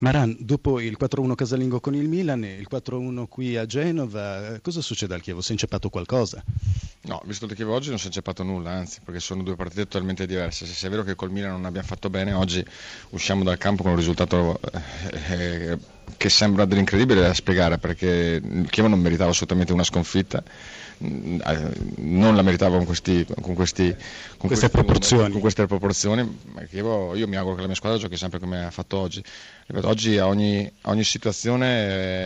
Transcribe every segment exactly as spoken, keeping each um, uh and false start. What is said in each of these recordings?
Maran, dopo il quattro a uno casalingo con il Milan e il quattro a uno qui a Genova, cosa succede al Chievo? Si è inceppato qualcosa? No, visto che oggi non si è inceppato nulla, anzi, perché sono due partite totalmente diverse. Se è vero che col Milan non abbiamo fatto bene, oggi usciamo dal campo con un risultato eh, eh, che sembra dell'incredibile da spiegare, perché il Chievo non meritava assolutamente una sconfitta, mm, eh, non la meritava con, questi, con, questi, con Queste questi numeri, proporzioni. con queste proporzioni. Ma il Chievo, io mi auguro che la mia squadra giochi sempre come ha fatto oggi. Ripeto, oggi a ogni, a ogni situazione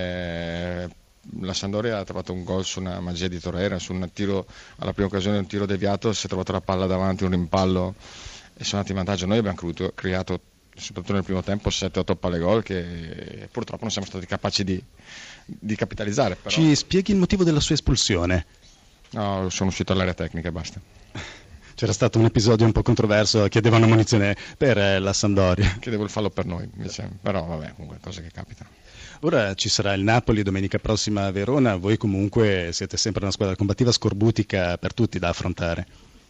eh, la Sampdoria ha trovato un gol su una magia di Torreira, su un tiro alla prima occasione, un tiro deviato, si è trovata la palla davanti, un rimpallo e sono andati in vantaggio. Noi abbiamo creato, creato soprattutto nel primo tempo sette otto palle gol che purtroppo non siamo stati capaci di, di capitalizzare. Però... Ci spieghi il motivo della sua espulsione? No, sono uscito all'area tecnica e basta. C'era stato un episodio un po' controverso, chiedevano munizione per eh, la Sampdoria. Chiedevo il fallo per noi, invece, però vabbè, comunque cose che capitano. Ora ci sarà il Napoli domenica prossima a Verona, voi comunque siete sempre una squadra combattiva scorbutica per tutti da affrontare.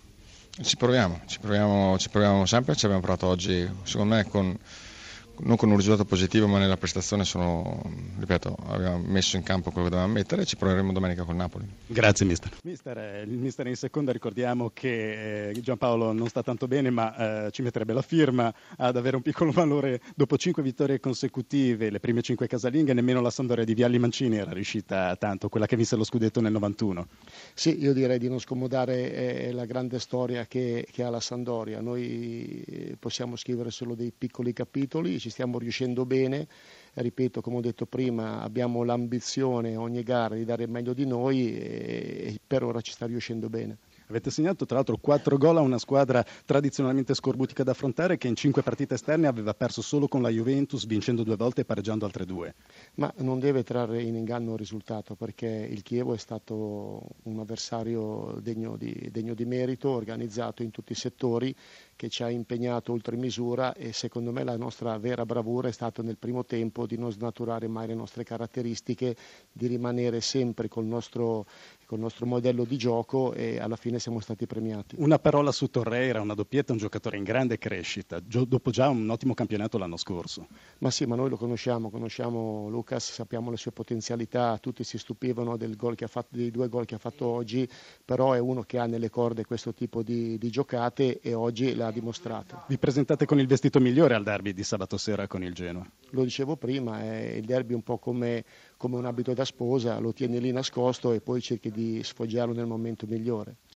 Ci proviamo, ci proviamo, ci proviamo sempre, ci abbiamo provato oggi, secondo me con, non con un risultato positivo, ma nella prestazione sono, ripeto, abbiamo messo in campo quello che dovevamo mettere e ci proveremo domenica col Napoli. Grazie mister. Mister, eh, il mister in seconda ricordiamo che eh, Giampaolo non sta tanto bene, ma eh, ci metterebbe la firma ad avere un piccolo valore dopo cinque vittorie consecutive, le prime cinque casalinghe, nemmeno la Sampdoria di Vialli Mancini era riuscita tanto, quella che vinse lo scudetto nel novantuno. Sì, io direi di non scomodare eh, la grande storia che, che ha la Sampdoria. Noi eh, possiamo scrivere solo dei piccoli capitoli, ci stiamo riuscendo bene. Ripeto, come ho detto prima, abbiamo l'ambizione ogni gara di dare il meglio di noi e, e per ora ci sta riuscendo bene. Avete segnato tra l'altro quattro gol a una squadra tradizionalmente scorbutica da affrontare che in cinque partite esterne aveva perso solo con la Juventus, vincendo due volte e pareggiando altre due. Ma non deve trarre in inganno il risultato, perché il Chievo è stato un avversario degno di, degno di merito, organizzato in tutti i settori, che ci ha impegnato oltre misura e secondo me la nostra vera bravura è stata nel primo tempo di non snaturare mai le nostre caratteristiche, di rimanere sempre col nostro, col nostro modello di gioco e alla fine siamo stati premiati. Una parola su Torreira, una doppietta, un giocatore in grande crescita, Gio- dopo già un ottimo campionato l'anno scorso. Ma sì, ma noi lo conosciamo, conosciamo Lucas, sappiamo le sue potenzialità, tutti si stupivano del gol che ha fatto, dei due gol che ha fatto oggi, però è uno che ha nelle corde questo tipo di, di giocate e oggi l'ha dimostrato. Vi presentate con il vestito migliore al derby di sabato sera con il Genoa. Lo dicevo prima, è il derby un po' come, come un abito da sposa, lo tieni lì nascosto e poi cerchi di sfoggiarlo nel momento migliore.